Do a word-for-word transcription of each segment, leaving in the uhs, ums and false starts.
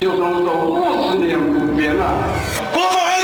就能走五十年不变了。 国安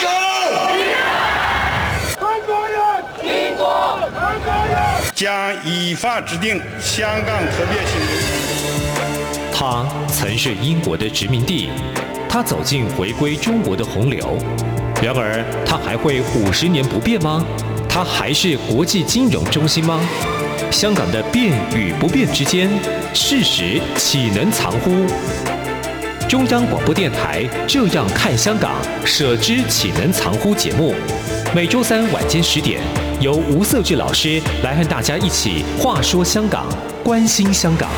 党，韩国人，民国，韩国人将依法制定香港特别行政区。 它曾是英国的殖民地，它走进回归中国的洪流。然而，它还会五十年不变吗？它还是国际金融中心吗？香港的变与不变之间，事实岂能藏乎？中央广播电台《这样看香港》，舍之岂能藏乎节目，每周三晚间十点，由吴色志老师来和大家一起话说香港，关心香港。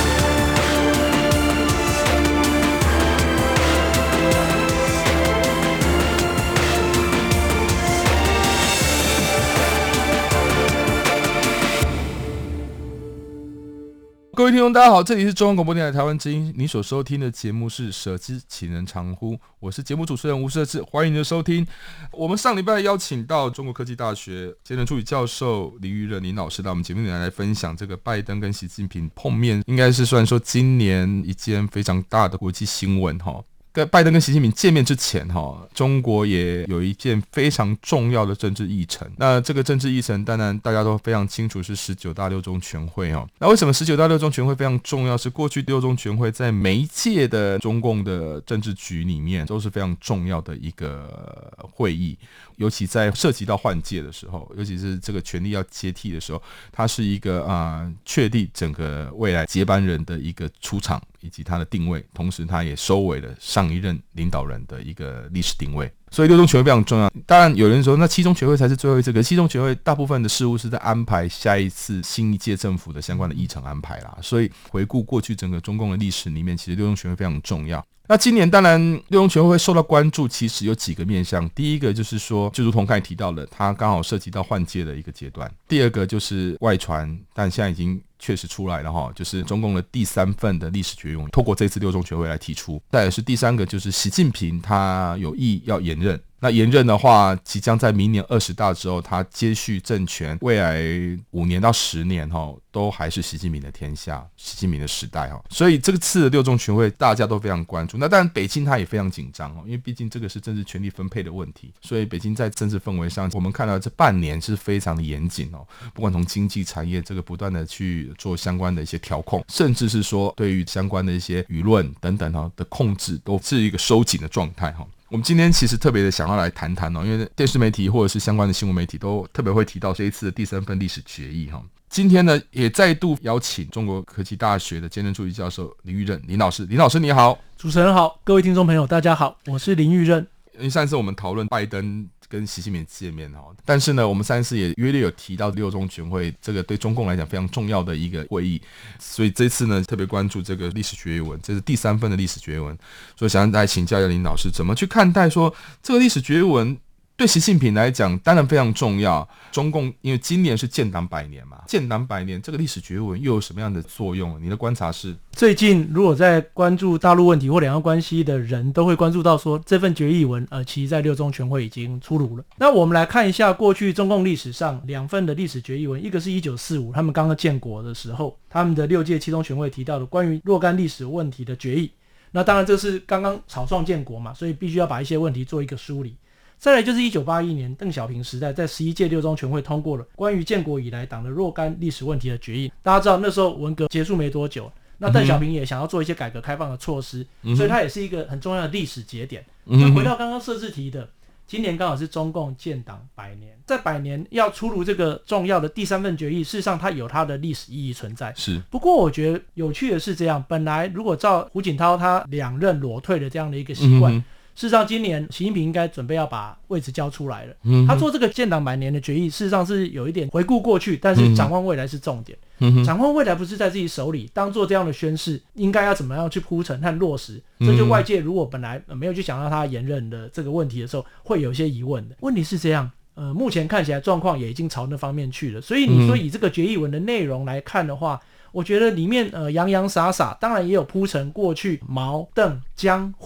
各位听众大家好，这里是中央广播电台台湾之音，你所收听的节目是舍之岂能藏乎，我是节目主持人吴色志，欢迎你的收听。我们上礼拜邀请到中国科技大学兼任助理教授林育任林老师到我们节目里来分享这个拜登跟习近平碰面，应该是算说今年一件非常大的国际新闻哈。在拜登跟习近平见面之前，中国也有一件非常重要的政治议程。那这个政治议程当然大家都非常清楚，是十九大六中全会。那为什么十九大六中全会非常重要？是过去六中全会在每一届的中共的政治局里面都是非常重要的一个会议，尤其在涉及到换届的时候，尤其是这个权力要接替的时候，它是一个啊、呃、确立整个未来接班人的一个出场以及他的定位，同时他也收尾了上一任领导人的一个历史定位。所以六中全会非常重要。当然有人说那七中全会才是最后一次，可是七中全会大部分的事务是在安排下一次新一届政府的相关的议程安排啦。所以回顾过去整个中共的历史里面，其实六中全会非常重要。那今年当然六中全会受到关注，其实有几个面向。第一个就是说，就如同刚才提到的，它刚好涉及到换届的一个阶段。第二个就是外传，但现在已经确实出来了哈，就是中共的第三份的历史决议文，透过这次六中全会来提出。再来是第三个，就是习近平他有意要延任。那延任的话，即将在明年二十大之后，他接续政权，未来五年到十年哈，都还是习近平的天下，习近平的时代哈。所以这个次的六中全会大家都非常关注。那当然北京他也非常紧张哦，因为毕竟这个是政治权力分配的问题，所以北京在政治氛围上，我们看到这半年是非常的严谨哦。不管从经济产业这个不断的去做相关的一些调控，甚至是说对于相关的一些舆论等等哈的控制，都是一个收紧的状态哈。我们今天其实特别的想要来谈谈哦，因为电视媒体或者是相关的新闻媒体都特别会提到这一次的第三份历史决议哈。今天呢，也再度邀请中国科技大学的兼任助理教授林育任林老师。林老师你好。 主持人好，各位听众朋友大家好，我是林育任。 因为上次我们讨论拜登跟习近平见面，但是呢我们上次也约略有提到六中全会这个对中共来讲非常重要的一个会议，所以这次呢特别关注这个历史决议文，这是第三份的历史决议文，所以想来请教一下林老师怎么去看待说这个历史决议文对习近平来讲当然非常重要。中共因为今年是建党百年嘛，建党百年这个历史决议文又有什么样的作用？你的观察是？ 最近如果在关注大陆问题或两岸关系的人都会关注到说这份决议文呃，其实在六中全会已经出炉了。那我们来看一下过去中共历史上两份的历史决议文，一个是一九四五他们刚刚建国的时候，他们的六届七中全会提到的关于若干历史问题的决议。那当然这是刚刚草创建国嘛，所以必须要把一些问题做一个梳理。再来就是一九八一年邓小平时代，在十一届六中全会通过了关于建国以来党的若干历史问题的决议。大家知道那时候文革结束没多久，那邓小平也想要做一些改革开放的措施，嗯、所以它也是一个很重要的历史节点。那、嗯、回到刚刚设置题的，今年刚好是中共建党百年，在百年要出炉这个重要的第三份决议，事实上它有它的历史意义存在。 是，不过我觉得有趣的是这样，本来如果照胡锦涛他两任裸退的这样的一个习惯。嗯事实上今年习近平应该准备要把位置交出来了、嗯、他做这个建党百年的决议事实上是有一点回顾过去，但是展望未来是重点、嗯、展望未来不是在自己手里，当做这样的宣示应该要怎么样去铺陈和落实，这就外界如果本来没有去想到他延任的这个问题的时候会有一些疑问的。问题是这样，呃，目前看起来状况也已经朝那方面去了，所以你说以这个决议文的内容来看的话，我觉得里面呃洋洋洒洒当然也有铺陈过去毛邓江湖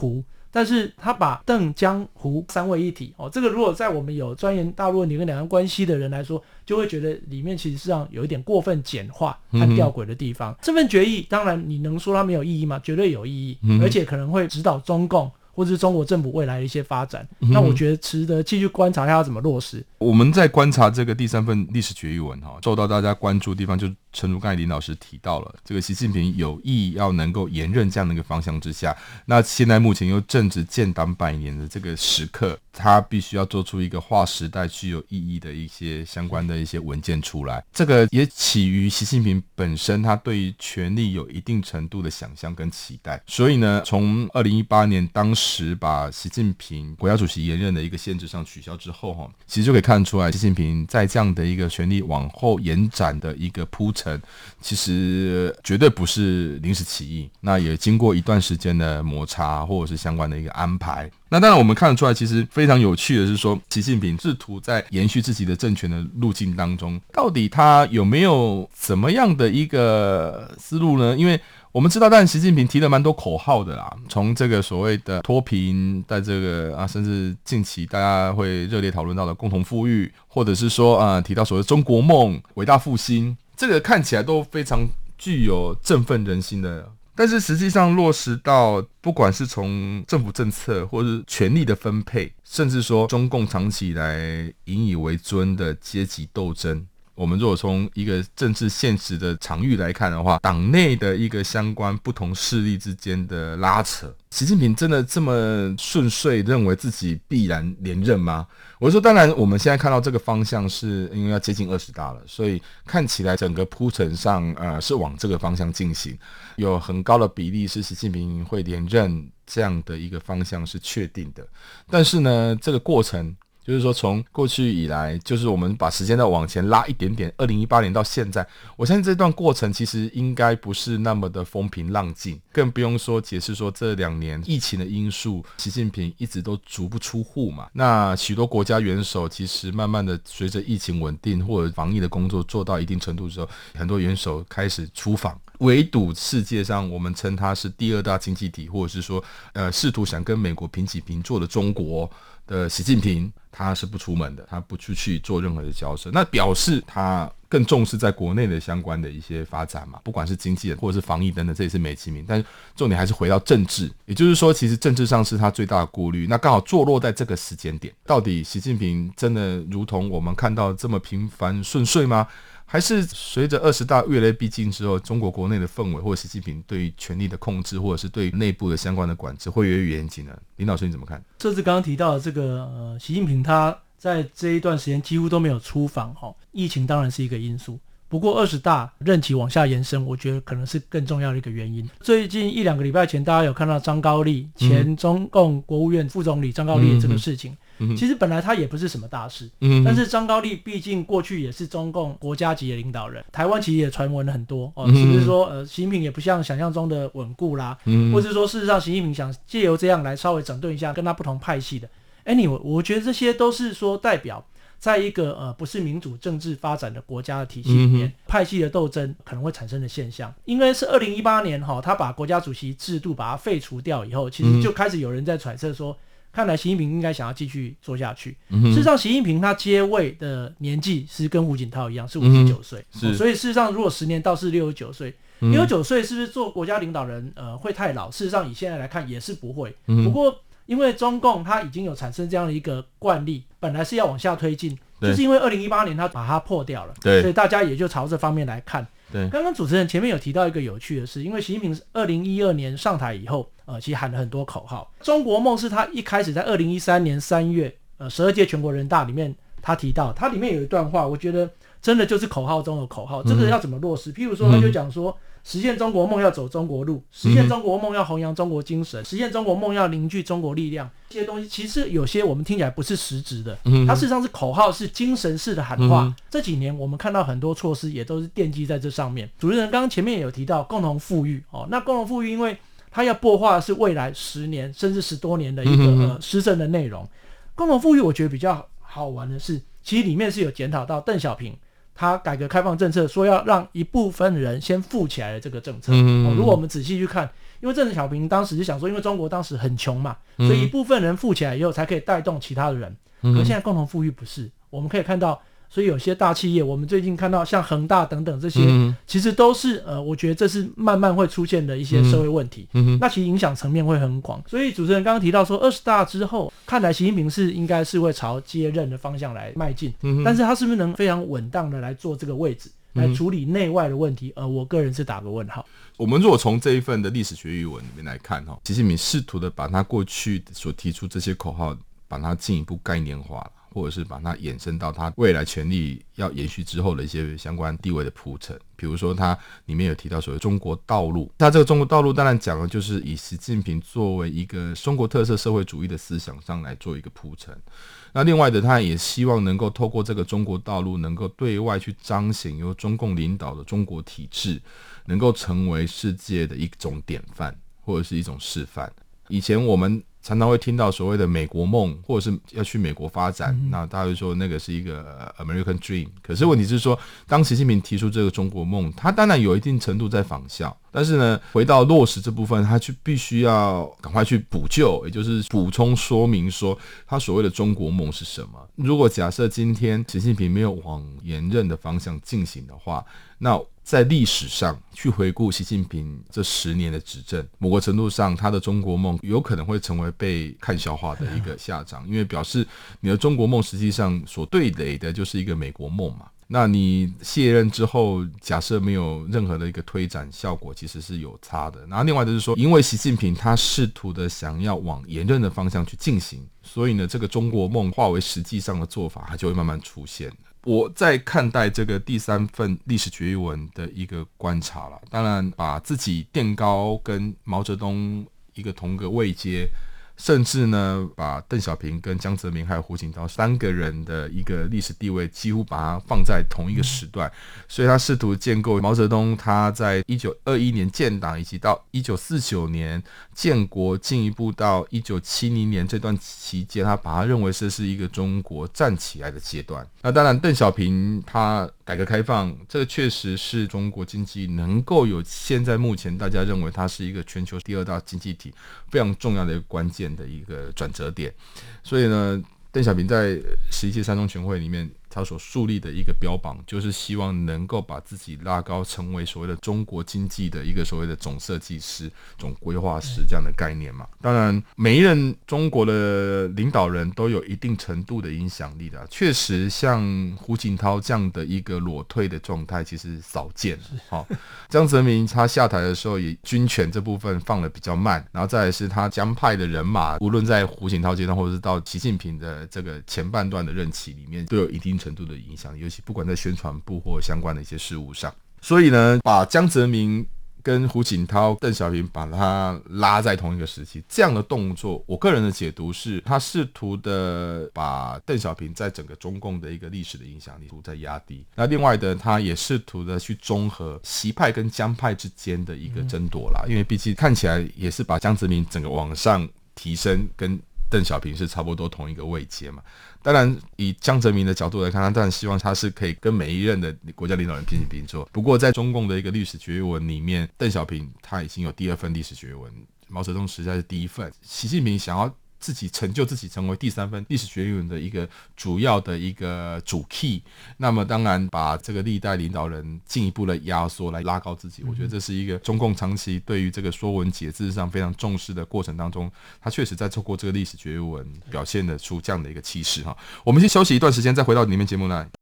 但是他把邓江胡三位一体哦，这个如果在我们有钻研大陆问题跟两岸关系的人来说，就会觉得里面其实上有一点过分简化和吊诡的地方。嗯、这份决议当然你能说它没有意义吗？绝对有意义，嗯、而且可能会指导中共或者是中国政府未来的一些发展，嗯、那我觉得值得继续观察一下要怎么落实。 我们在观察这个第三份历史决议文哈，受到大家关注的地方，就诚如刚才林老师提到了，这个习近平有意要能够延任这样的一个方向之下，那现在目前又正值建党百年的这个时刻，他必须要做出一个划时代具有意义的一些相关的一些文件出来。这个也起于习近平本身他对于权力有一定程度的想象跟期待，所以呢，从二零一八年当时把习近平国家主席延任的一个限制上取消之后，其实就可以看出来，习近平在这样的一个权力往后延展的一个铺陈，其实绝对不是临时起意，那也经过一段时间的摩擦或者是相关的一个安排。那当然我们看得出来，其实非常有趣的是说，习近平试图在延续自己的政权的路径当中，到底他有没有怎么样的一个思路呢？因为我们知道，但习近平提了蛮多口号的啦，从这个所谓的脱贫，在这个啊，甚至近期大家会热烈讨论到的共同富裕，或者是说啊、呃，提到所谓中国梦、伟大复兴，这个看起来都非常具有振奋人心的。但是实际上落实到，不管是从政府政策，或是权力的分配，甚至说中共长期以来引以为尊的阶级斗争。我们如果从一个政治现实的场域来看的话，党内的一个相关不同势力之间的拉扯，习近平真的这么顺遂认为自己必然连任吗？我说当然我们现在看到这个方向是因为要接近二十大了，所以看起来整个铺陈上呃是往这个方向进行，有很高的比例是习近平会连任，这样的一个方向是确定的。但是呢，这个过程就是说从过去以来，就是我们把时间再往前拉一点点，二零一八年到现在，我相信这段过程其实应该不是那么的风平浪静，更不用说解释说这两年疫情的因素，习近平一直都足不出户嘛。那许多国家元首其实慢慢的随着疫情稳定或者防疫的工作做到一定程度之后，很多元首开始出访，围堵世界上我们称它是第二大经济体，或者是说呃试图想跟美国平起平坐的中国的习近平，他是不出门的，他不出去做任何的交涉，那表示他更重视在国内的相关的一些发展嘛，不管是经济或者是防疫等等，这也是美其名。但是重点还是回到政治，也就是说其实政治上是他最大的顾虑，那刚好坐落在这个时间点，到底习近平真的如同我们看到这么平凡顺遂吗？还是随着二十大越来逼近之后，中国国内的氛围或者习近平对于权力的控制，或者是对于内部的相关的管制会越来越严谨呢？林老师你怎么看？ 这是刚刚提到的这个呃，习近平他在这一段时间几乎都没有出访，哦，疫情当然是一个因素。不过二十大任期往下延伸，我觉得可能是更重要的一个原因。最近一两个礼拜前，大家有看到张高丽前中共国务院副总理张高丽这个事情，嗯、其实本来他也不是什么大事，嗯、但是张高丽毕竟过去也是中共国家级的领导人，台湾其实也传闻了很多，哦、是不是说呃，习近平也不像想象中的稳固啦，嗯、或者说事实上习近平想借由这样来稍微整顿一下跟他不同派系的 anyway， 我觉得这些都是说代表在一个呃不是民主政治发展的国家的体系里面，嗯、派系的斗争可能会产生的现象。因为是二零一八年哈，他把国家主席制度把它废除掉以后，其实就开始有人在揣测说，看来习近平应该想要继续做下去。嗯、事实上，习近平他接位的年纪是跟胡锦涛一样，是五十九岁，哦，所以事实上如果十年到是六十九岁。六十九岁是不是做国家领导人呃会太老？事实上以现在来看也是不会。嗯、不过因为中共它已经有产生这样的一个惯例，本来是要往下推进，就是因为二零一八年它把它破掉了，所以大家也就朝这方面来看。刚刚主持人前面有提到一个有趣的事，因为习近平二零一二年上台以后，呃，其实喊了很多口号。中国梦是他一开始在二零一三年三月，呃，十二届全国人大里面他提到，他里面有一段话，我觉得真的就是口号中的口号。这个要怎么落实？譬如说，他就讲说，实现中国梦要走中国路，实现中国梦要弘扬中国精神，实现中国梦要凝聚中国力量。这些东西其实有些我们听起来不是实质的，它事实上是口号，是精神式的喊话。这几年我们看到很多措施也都是奠基在这上面。主持人刚刚前面也有提到共同富裕，哦，那共同富裕因为它要擘画的是未来十年甚至十多年的一个、呃、施政的内容。共同富裕我觉得比较好玩的是，其实里面是有检讨到邓小平他改革开放政策说要让一部分人先富起来的这个政策、 嗯哦、如果我们仔细去看，因为邓小平当时就想说，因为中国当时很穷嘛，所以一部分人富起来以后才可以带动其他的人、嗯、可是现在共同富裕不是，我们可以看到，所以有些大企业，我们最近看到像恒大等等这些、嗯、其实都是呃，我觉得这是慢慢会出现的一些社会问题、嗯、那其实影响层面会很广。所以主持人刚刚提到说二十大之后，看来习近平是应该是会朝接任的方向来迈进、嗯、但是他是不是能非常稳当的来做这个位置，来处理内外的问题，呃，我个人是打个问号。 我们如果从这一份的历史学语文里面来看，习近平试图的把他过去所提出这些口号把它进一步概念化，或者是把它衍生到他未来权力要延续之后的一些相关地位的铺陈。比如说他里面有提到所谓中国道路，他这个中国道路当然讲的就是以习近平作为一个中国特色社会主义的思想上来做一个铺陈。那另外的，他也希望能够透过这个中国道路能够对外去彰显由中共领导的中国体制能够成为世界的一种典范或者是一种示范。以前我们常常会听到所谓的美国梦，或者是要去美国发展、嗯、那大家会说那个是一个 American Dream。 可是问题是说，当习近平提出这个中国梦，他当然有一定程度在仿效，但是呢回到落实这部分，他就必须要赶快去补救，也就是补充说明说他所谓的中国梦是什么。如果假设今天习近平没有往延任的方向进行的话，那在历史上去回顾习近平这十年的执政，某个程度上他的中国梦有可能会成为被看笑话的一个下场，因为表示你的中国梦实际上所对垒的就是一个美国梦嘛。那你卸任之后，假设没有任何的一个推展效果，其实是有差的。然后另外就是说，因为习近平他试图的想要往延任的方向去进行，所以呢这个中国梦化为实际上的做法，它就会慢慢出现。我在看待这个第三份历史决议文的一个观察啦，当然把自己垫高跟毛泽东一个同个位阶，甚至呢把邓小平跟江泽民还有胡锦涛三个人的一个历史地位几乎把它放在同一个时段，所以他试图建构毛泽东他在一九二一年建党，以及到一九四九年建国，进一步到一九七零年这段期间，他把它认为这是一个中国站起来的阶段。那当然邓小平他改革开放，这个确实是中国经济能够有现在目前大家认为它是一个全球第二大经济体非常重要的一个关键的一个转折点。所以呢邓小平在十一届三中全会里面他所树立的一个标榜，就是希望能够把自己拉高成为所谓的中国经济的一个所谓的总设计师、总规划师这样的概念嘛。当然每一任中国的领导人都有一定程度的影响力的，确实像胡锦涛这样的一个裸退的状态其实少见了、哦、江泽民他下台的时候也军权这部分放得比较慢，然后再来是他江派的人马，无论在胡锦涛阶段或者是到习近平的这个前半段的任期里面都有一定程度的影响，尤其不管在宣传部或相关的一些事务上。所以呢把江泽民跟胡锦涛、邓小平把他拉在同一个时期，这样的动作我个人的解读是他试图的把邓小平在整个中共的一个历史的影响力在压低，那另外的他也试图的去中和习派跟江派之间的一个争夺啦，因为毕竟看起来也是把江泽民整个往上提升，跟邓小平是差不多同一个位阶嘛。当然以江泽民的角度来看，他当然希望他是可以跟每一任的国家领导人平起平坐。不过在中共的一个历史决议文里面，邓小平他已经有第二份历史决议文，毛泽东实在是第一份。习近平想要自己成就自己成为第三份历史决议文的一个主要的一个主 key， 那么当然把这个历代领导人进一步的压缩来拉高自己，我觉得这是一个中共长期对于这个说文解字上非常重视的过程当中，他确实在透过这个历史决议文表现得出这样的一个气势。我们先休息一段时间，再回到里面节目来。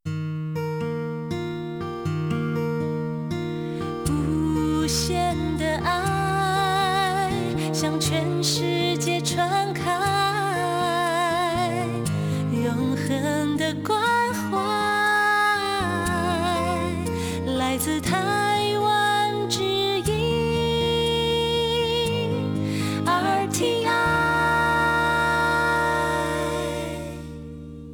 无限的爱向全世界传开，永恒的关怀来自台湾之音 R T I。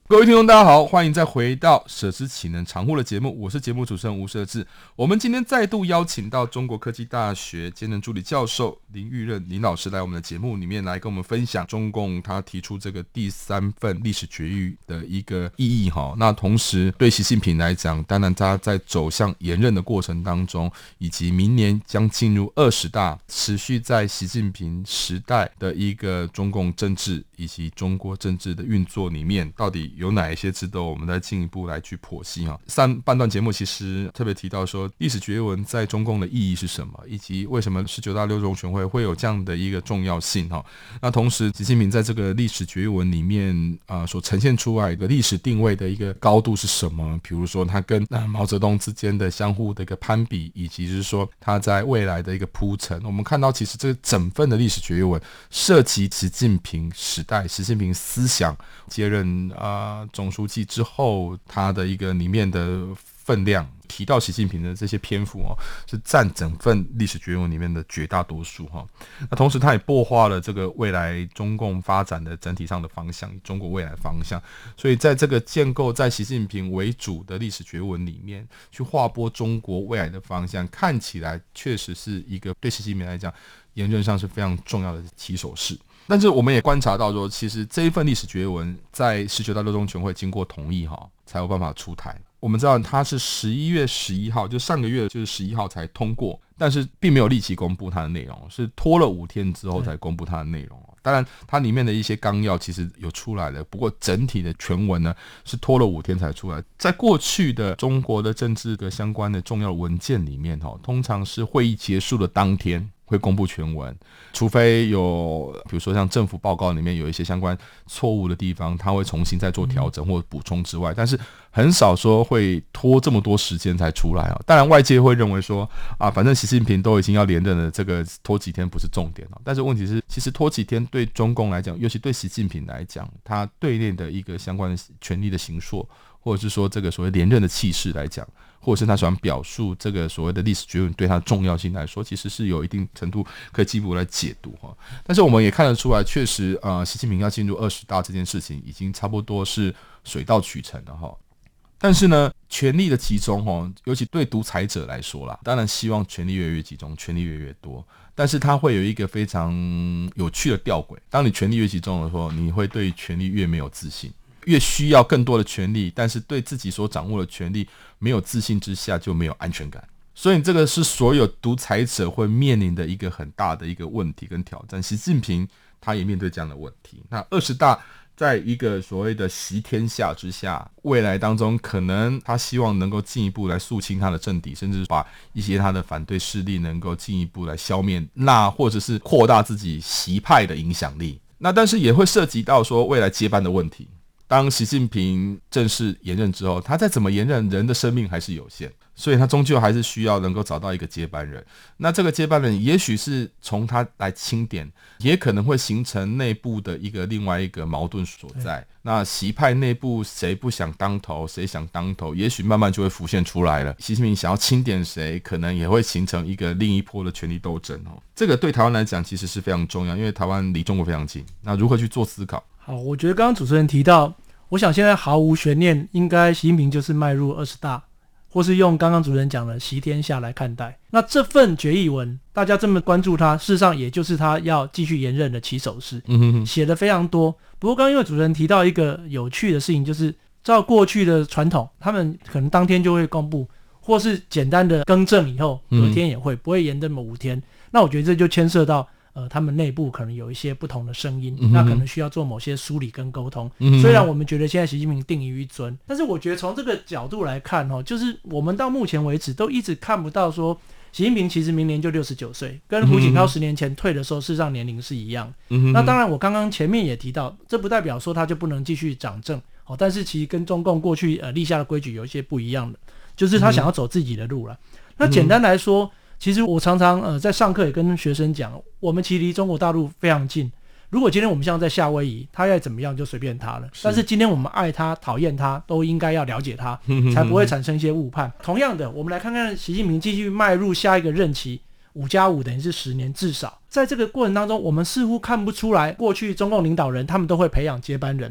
各位听众大家好，欢迎再回到舍之岂能常乎的节目，我是节目主持人吴舍志。我们今天再度邀请到中国科技大学兼任助理教授林育任林老师来我们的节目里面来跟我们分享中共他提出这个第三份历史决议的一个意义。那同时对习近平来讲，当然他在走向连任的过程当中，以及明年将进入二十大，持续在习近平时代的一个中共政治以及中国政治的运作里面，到底有哪一些值得我们再进一步来去剖析哈？上半段节目其实特别提到说，历史决议文在中共的意义是什么，以及为什么十九大六中全会会有这样的一个重要性哈？那同时，习近平在这个历史决议文里面啊、呃、所呈现出来的历史定位的一个高度是什么？比如说，他跟、呃、毛泽东之间的相互的一个攀比，以及是说他在未来的一个铺陈。我们看到，其实这个整份的历史决议文涉及习近平时代、习近平思想接任啊、呃、总书记之后，他的一个里面的分量，提到习近平的这些篇幅哦，是占整份历史决议文里面的绝大多数哈。那同时，他也擘画了这个未来中共发展的整体上的方向，中国未来方向。所以，在这个建构在习近平为主的历史决议文里面，去划拨中国未来的方向，看起来确实是一个对习近平来讲，言论上是非常重要的起手式。但是我们也观察到说，其实这一份历史决议文在十九大六中全会经过同意哈，才有办法出台。我们知道它是十一月十一号，就上个月就是十一号才通过，但是并没有立即公布它的内容，是拖了五天之后才公布它的内容。当然，它里面的一些纲要其实有出来了，不过整体的全文呢是拖了五天才出来。在过去的中国的政治的相关的重要的文件里面，通常是会议结束的当天会公布全文，除非有比如说像政府报告里面有一些相关错误的地方，他会重新再做调整或补充之外，但是很少说会拖这么多时间才出来啊。当然外界会认为说啊，反正习近平都已经要连任了，这个拖几天不是重点，但是问题是，其实拖几天对中共来讲，尤其对习近平来讲，他对内的一个相关的权力的形塑，或者是说这个所谓连任的气势来讲，或者是他想表述这个所谓的历史决议文对他的重要性来说，其实是有一定程度可以进一步来解读哈。但是我们也看得出来，确实呃，习近平要进入二十大这件事情已经差不多是水到渠成了哈。但是呢，权力的集中哈，尤其对独裁者来说啦，当然希望权力越来越集中，权力越来越多。但是它会有一个非常有趣的吊诡，当你权力越集中的时候，你会对权力越没有自信。越需要更多的权力，但是对自己所掌握的权力没有自信之下，就没有安全感。所以这个是所有独裁者会面临的一个很大的一个问题跟挑战。习近平他也面对这样的问题。那二十大在一个所谓的习天下之下，未来当中可能他希望能够进一步来肃清他的政敌，甚至把一些他的反对势力能够进一步来消灭，那或者是扩大自己习派的影响力。那但是也会涉及到说未来接班的问题。当习近平正式连任之后，他再怎么连任，人的生命还是有限，所以他终究还是需要能够找到一个接班人。那这个接班人也许是从他来钦点，也可能会形成内部的一个另外一个矛盾所在。那习派内部谁不想当头，谁想当头，也许慢慢就会浮现出来了。习近平想要钦点谁，可能也会形成一个另一波的权力斗争。这个对台湾来讲其实是非常重要，因为台湾离中国非常近。那如何去做思考？ 好，我觉得刚刚主持人提到，我想现在毫无悬念，应该习近平就是迈入二十大，或是用刚刚主持人讲的习天下来看待。那这份决议文大家这么关注它，事实上也就是他要继续连任的起手式，嗯哼哼，写的非常多。不过刚刚因为主持人提到一个有趣的事情，就是照过去的传统，他们可能当天就会公布，或是简单的更正以后隔天也会，不会延这么五天。那我觉得这就牵涉到呃，他们内部可能有一些不同的声音，嗯、那可能需要做某些梳理跟沟通。嗯、虽然我们觉得现在习近平定于一尊，但是我觉得从这个角度来看，哦，就是我们到目前为止都一直看不到说，习近平其实明年就六十九岁，跟胡锦涛十年前退的时候，事实上年龄是一样。嗯、那当然，我刚刚前面也提到，这不代表说他就不能继续掌政，哦，但是其实跟中共过去呃立下的规矩有一些不一样的，就是他想要走自己的路了。嗯、那简单来说，其实我常常呃在上课也跟学生讲，我们其实离中国大陆非常近。如果今天我们像在夏威夷，他要怎么样就随便他了。是但是今天我们爱他、讨厌他，都应该要了解他，才不会产生一些误判。同样的，我们来看看习近平继续迈入下一个任期，五加五等于是十年，至少在这个过程当中，我们似乎看不出来过去中共领导人他们都会培养接班人。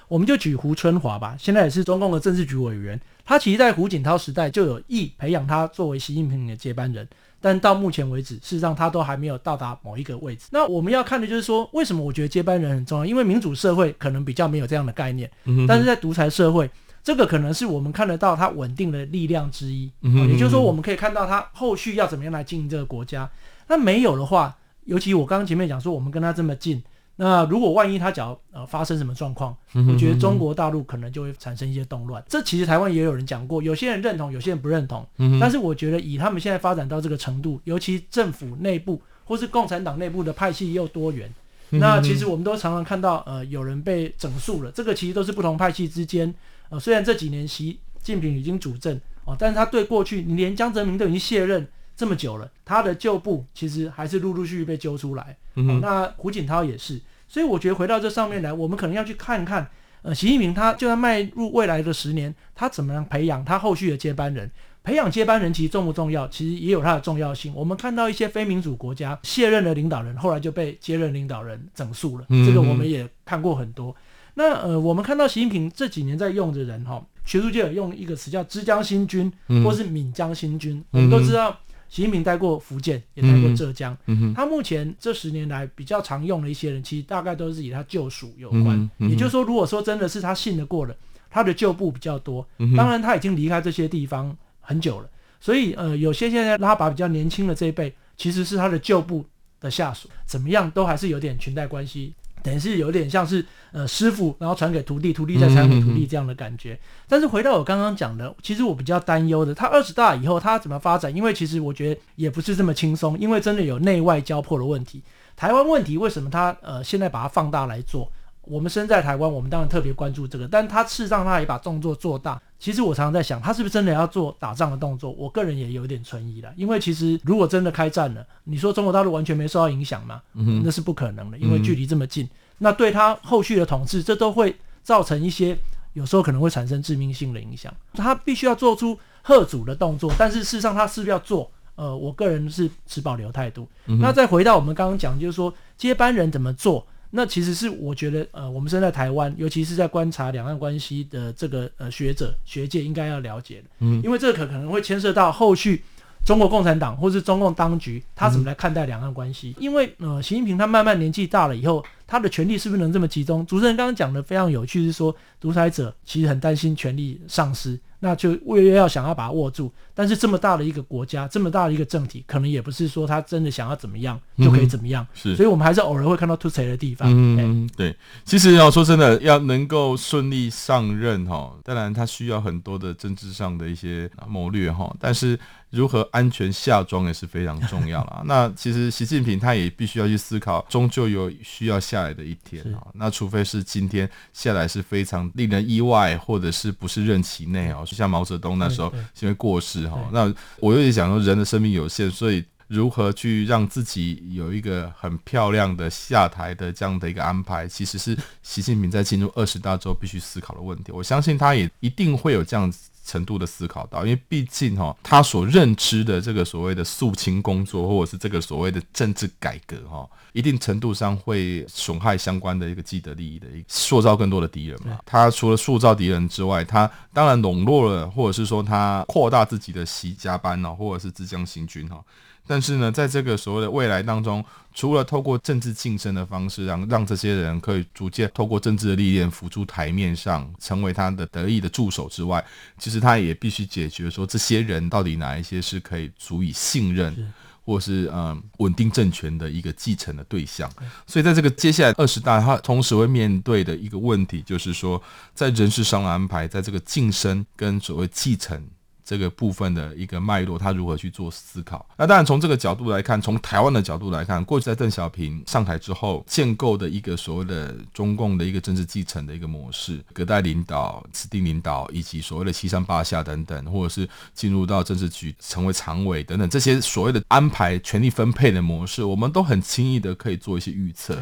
我们就举胡春华吧，现在也是中共的政治局委员，他其实在胡锦涛时代就有意培养他作为习近平的接班人，但到目前为止事实上他都还没有到达某一个位置。那我们要看的就是说，为什么我觉得接班人很重要？因为民主社会可能比较没有这样的概念，嗯、但是在独裁社会，这个可能是我们看得到它稳定的力量之一、嗯、也就是说我们可以看到它后续要怎么样来经营这个国家。那没有的话，尤其我刚刚前面讲说我们跟他这么近，那如果万一他只要、呃、发生什么状况，我觉得中国大陆可能就会产生一些动乱。这其实台湾也有人讲过，有些人认同，有些人不认同、嗯、但是我觉得以他们现在发展到这个程度，尤其政府内部或是共产党内部的派系又多元，那其实我们都常常看到呃有人被整肃了，这个其实都是不同派系之间呃虽然这几年习近平已经主政、哦、但是他对过去你连江泽民都已经卸任这么久了，他的旧部其实还是陆陆续续被揪出来、嗯哦、那胡锦涛也是。所以我觉得回到这上面来，我们可能要去看看呃，习近平他就要迈入未来的十年，他怎么样培养他后续的接班人。培养接班人其实重不重要，其实也有它的重要性。我们看到一些非民主国家卸任的领导人后来就被接任领导人整肃了，这个我们也看过很多。那呃，我们看到习近平这几年在用的人哈，学术界有用一个词叫枝江新军或是闽江新军、嗯、我们都知道习近平待过福建也待过浙江、嗯、他目前这十年来比较常用的一些人其实大概都是以他旧属有关、嗯嗯、也就是说如果说真的是他信得过了，他的旧部比较多、嗯、当然他已经离开这些地方很久了，所以呃，有些现在拉拔比较年轻的这一辈其实是他的旧部的下属，怎么样都还是有点裙带关系，等于是有点像是呃师傅然后传给徒弟，徒弟再传给徒弟这样的感觉、嗯、但是回到我刚刚讲的，其实我比较担忧的，他二十大以后他怎么发展，因为其实我觉得也不是这么轻松，因为真的有内外交迫的问题。台湾问题为什么他呃现在把它放大来做，我们身在台湾我们当然特别关注这个，但他事实上他也把动作做大。其实我常常在想他是不是真的要做打仗的动作，我个人也有点存疑了，因为其实如果真的开战了，你说中国大陆完全没受到影响吗、嗯、那是不可能的，因为距离这么近、嗯、那对他后续的统治这都会造成一些有时候可能会产生致命性的影响，他必须要做出嚇阻的动作，但是事实上他是不是要做呃，我个人是持保留态度、嗯、那再回到我们刚刚讲就是说接班人怎么做，那其实是我觉得呃，我们身在台湾尤其是在观察两岸关系的这个呃学者学界应该要了解的，嗯，因为这个可能会牵涉到后续中国共产党或是中共当局他怎么来看待两岸关系、嗯、因为呃，习近平他慢慢年纪大了以后，他的权力是不是能这么集中？主持人刚刚讲的非常有趣，是说独裁者其实很担心权力丧失，那就越越要想要把它握住，但是这么大的一个国家，这么大的一个政体，可能也不是说他真的想要怎么样就可以怎么样、嗯、是，所以我们还是偶尔会看到突袭的地方。 嗯，对，其实要说真的，要能够顺利上任哈，当然他需要很多的政治上的一些谋略哈，但是如何安全下庄也是非常重要啦。那其实习近平他也必须要去思考，终究有需要下来的一天啊。那除非是今天下来是非常令人意外，或者是不是任期内哦，就像毛泽东那时候因为过世哈。那我又想说，人的生命有限，所以如何去让自己有一个很漂亮的下台的这样的一个安排，其实是习近平在进入二十大之后必须思考的问题。我相信他也一定会有这样子程度的思考到，因为毕竟、哦、他所认知的这个所谓的肃清工作，或者是这个所谓的政治改革、哦、一定程度上会损害相关的一个既得利益的一个塑造更多的敌人嘛。他除了塑造敌人之外，他当然笼络了，或者是说他扩大自己的习家班、哦、或者是枝江新军、哦，但是呢，在这个所谓的未来当中，除了透过政治晋升的方式让让这些人可以逐渐透过政治的历练浮出台面上，成为他的得意的助手之外，其实他也必须解决说这些人到底哪一些是可以足以信任或是嗯稳定政权的一个继承的对象。所以在这个接下来二十大，他同时会面对的一个问题就是说，在人事上的安排，在这个晋升跟所谓继承这个部分的一个脉络，他如何去做思考。那当然从这个角度来看，从台湾的角度来看，过去在邓小平上台之后建构的一个所谓的中共的一个政治继承的一个模式，隔代领导、指定领导，以及所谓的七上八下等等，或者是进入到政治局成为常委等等，这些所谓的安排权力分配的模式，我们都很轻易的可以做一些预测。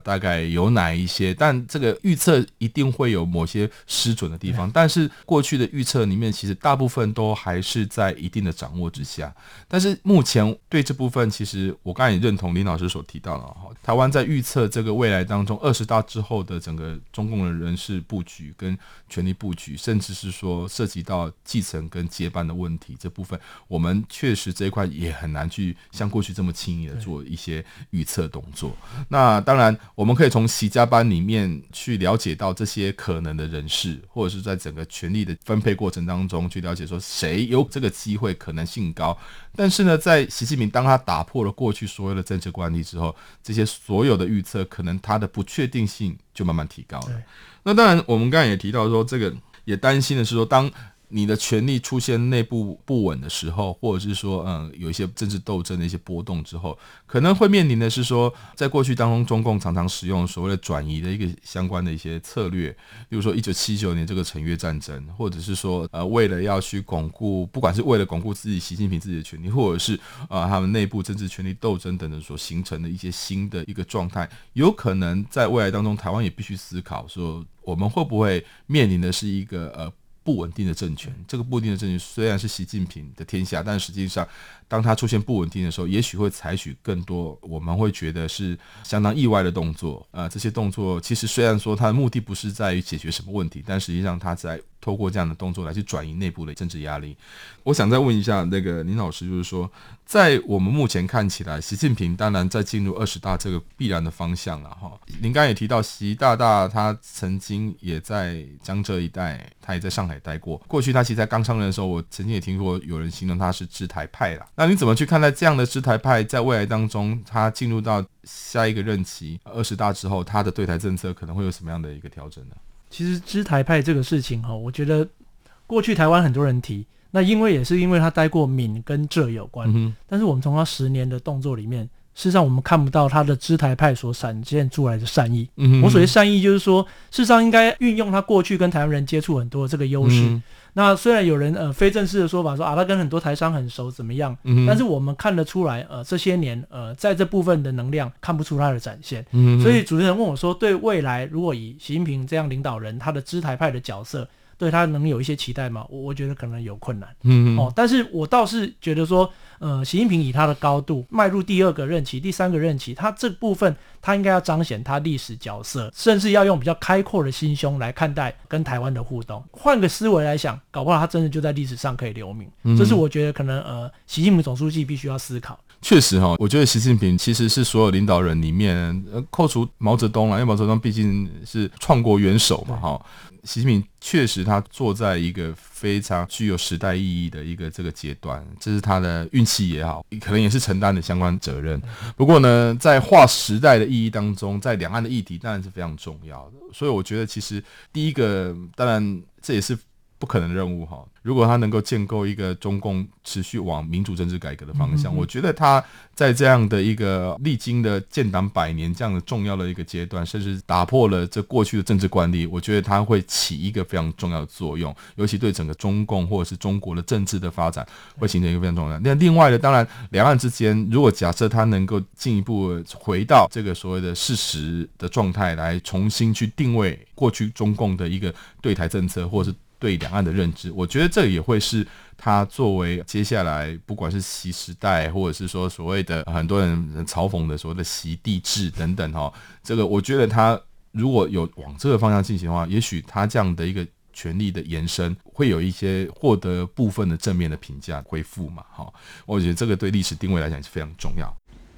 大概有哪一些，但这个预测一定会有某些失准的地方，但是过去的预测里面其实大部分都还是在一定的掌握之下。但是目前对这部分，其实我刚才也认同林老师所提到的，台湾在预测这个未来当中二十大之后的整个中共的人事布局跟权力布局，甚至是说涉及到继承跟接班的问题，这部分我们确实这一块也很难去像过去这么轻易的做一些预测动作。那当然我们可以从习家班里面去了解到这些可能的人士，或者是在整个权力的分配过程当中去了解说谁有这个机会，可能性高。但是呢，在习近平当他打破了过去所有的政治惯例之后，这些所有的预测可能他的不确定性就慢慢提高了。那当然我们刚才也提到说，这个也担心的是说，当你的权力出现内部不稳的时候，或者是说嗯有一些政治斗争的一些波动之后，可能会面临的是说，在过去当中中共常常使用所谓的转移的一个相关的一些策略，例如说一九七九年这个陈越战争，或者是说呃为了要去巩固，不管是为了巩固自己习近平自己的权力，或者是呃他们内部政治权力斗争等等所形成的一些新的一个状态，有可能在未来当中台湾也必须思考说，我们会不会面临的是一个呃不稳定的政权。这个不稳定的政权虽然是习近平的天下，但实际上当它出现不稳定的时候，也许会采取更多我们会觉得是相当意外的动作。呃，这些动作其实虽然说它的目的不是在于解决什么问题，但实际上它在透过这样的动作来去转移内部的政治压力。我想再问一下那个林老师，就是说在我们目前看起来，习近平当然在进入二十大这个必然的方向了哈。您刚才也提到习大大他曾经也在江浙一带，他也在上海待过，过去他其实在刚上任的时候，我曾经也听过有人形容他是知台派啦。那你怎么去看待这样的知台派在未来当中，他进入到下一个任期二十大之后，他的对台政策可能会有什么样的一个调整呢？ 其实知台派这个事情我觉得过去台湾很多人提，那因为也是因为他待过闽跟浙有关、嗯、但是我们从他十年的动作里面，事实上我们看不到他的知台派所闪现出来的善意、嗯、我所谓善意就是说，事实上应该运用他过去跟台湾人接触很多的这个优势、嗯，那虽然有人呃非正式的说法说啊，他跟很多台商很熟怎么样、嗯、但是我们看得出来呃这些年呃在这部分的能量看不出他的展现、嗯、所以主持人问我说，对未来如果以习近平这样领导人他的知台派的角色，对他能有一些期待吗？我我觉得可能有困难、嗯哦、但是我倒是觉得说呃，习近平以他的高度迈入第二个任期第三个任期，他这部分他应该要彰显他历史角色，甚至要用比较开阔的心胸来看待跟台湾的互动。换个思维来想，搞不好他真的就在历史上可以留名、嗯、这是我觉得可能呃，习近平总书记必须要思考。 确实哈，我觉得习近平其实是所有领导人里面，呃，扣除毛泽东啦，因为毛泽东毕竟是创国元首嘛，哈。习近平确实他坐在一个非常具有时代意义的一个这个阶段，这是他的运气也好，可能也是承担的相关责任。不过呢，在划时代的意义当中，在两岸的议题当然是非常重要的。所以我觉得其实第一个，当然这也是不可能的任务哈。如果他能够建构一个中共持续往民主政治改革的方向，嗯、我觉得他在这样的一个历经的建党百年这样的重要的一个阶段，甚至打破了这过去的政治惯例，我觉得他会起一个非常重要的作用，尤其对整个中共或者是中国的政治的发展会形成一个非常重要的。那另外的，当然两岸之间，如果假设他能够进一步回到这个所谓的事实的状态，来重新去定位过去中共的一个对台政策，或者是对两岸的认知，我觉得这也会是他作为接下来不管是习时代，或者是说所谓的很多人嘲讽的所谓的习帝制等等哈，这个我觉得他如果有往这个方向进行的话，也许他这样的一个权力的延伸会有一些获得部分的正面的评价恢复嘛哈，我觉得这个对历史定位来讲是非常重要。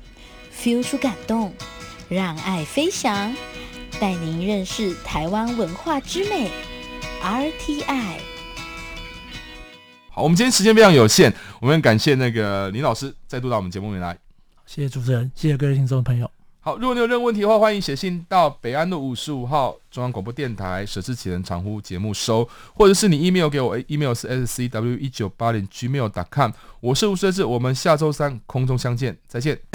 feel 出感动，让爱飞翔，带您认识台湾文化之美。R T I。 好，我们今天时间非常有限，我们感谢那个林老师再度到我们节目里来。 谢谢主持人，谢谢各位听众朋友。 好，如果你有任何问题的话，欢迎写信到北安路五十五号中央广播电台舍之启人常呼节目收，或者是你 email 给我 ，email 是 s c w 一九八零 gmail dot com。我是吴舍志，我们下周三空中相见，再见。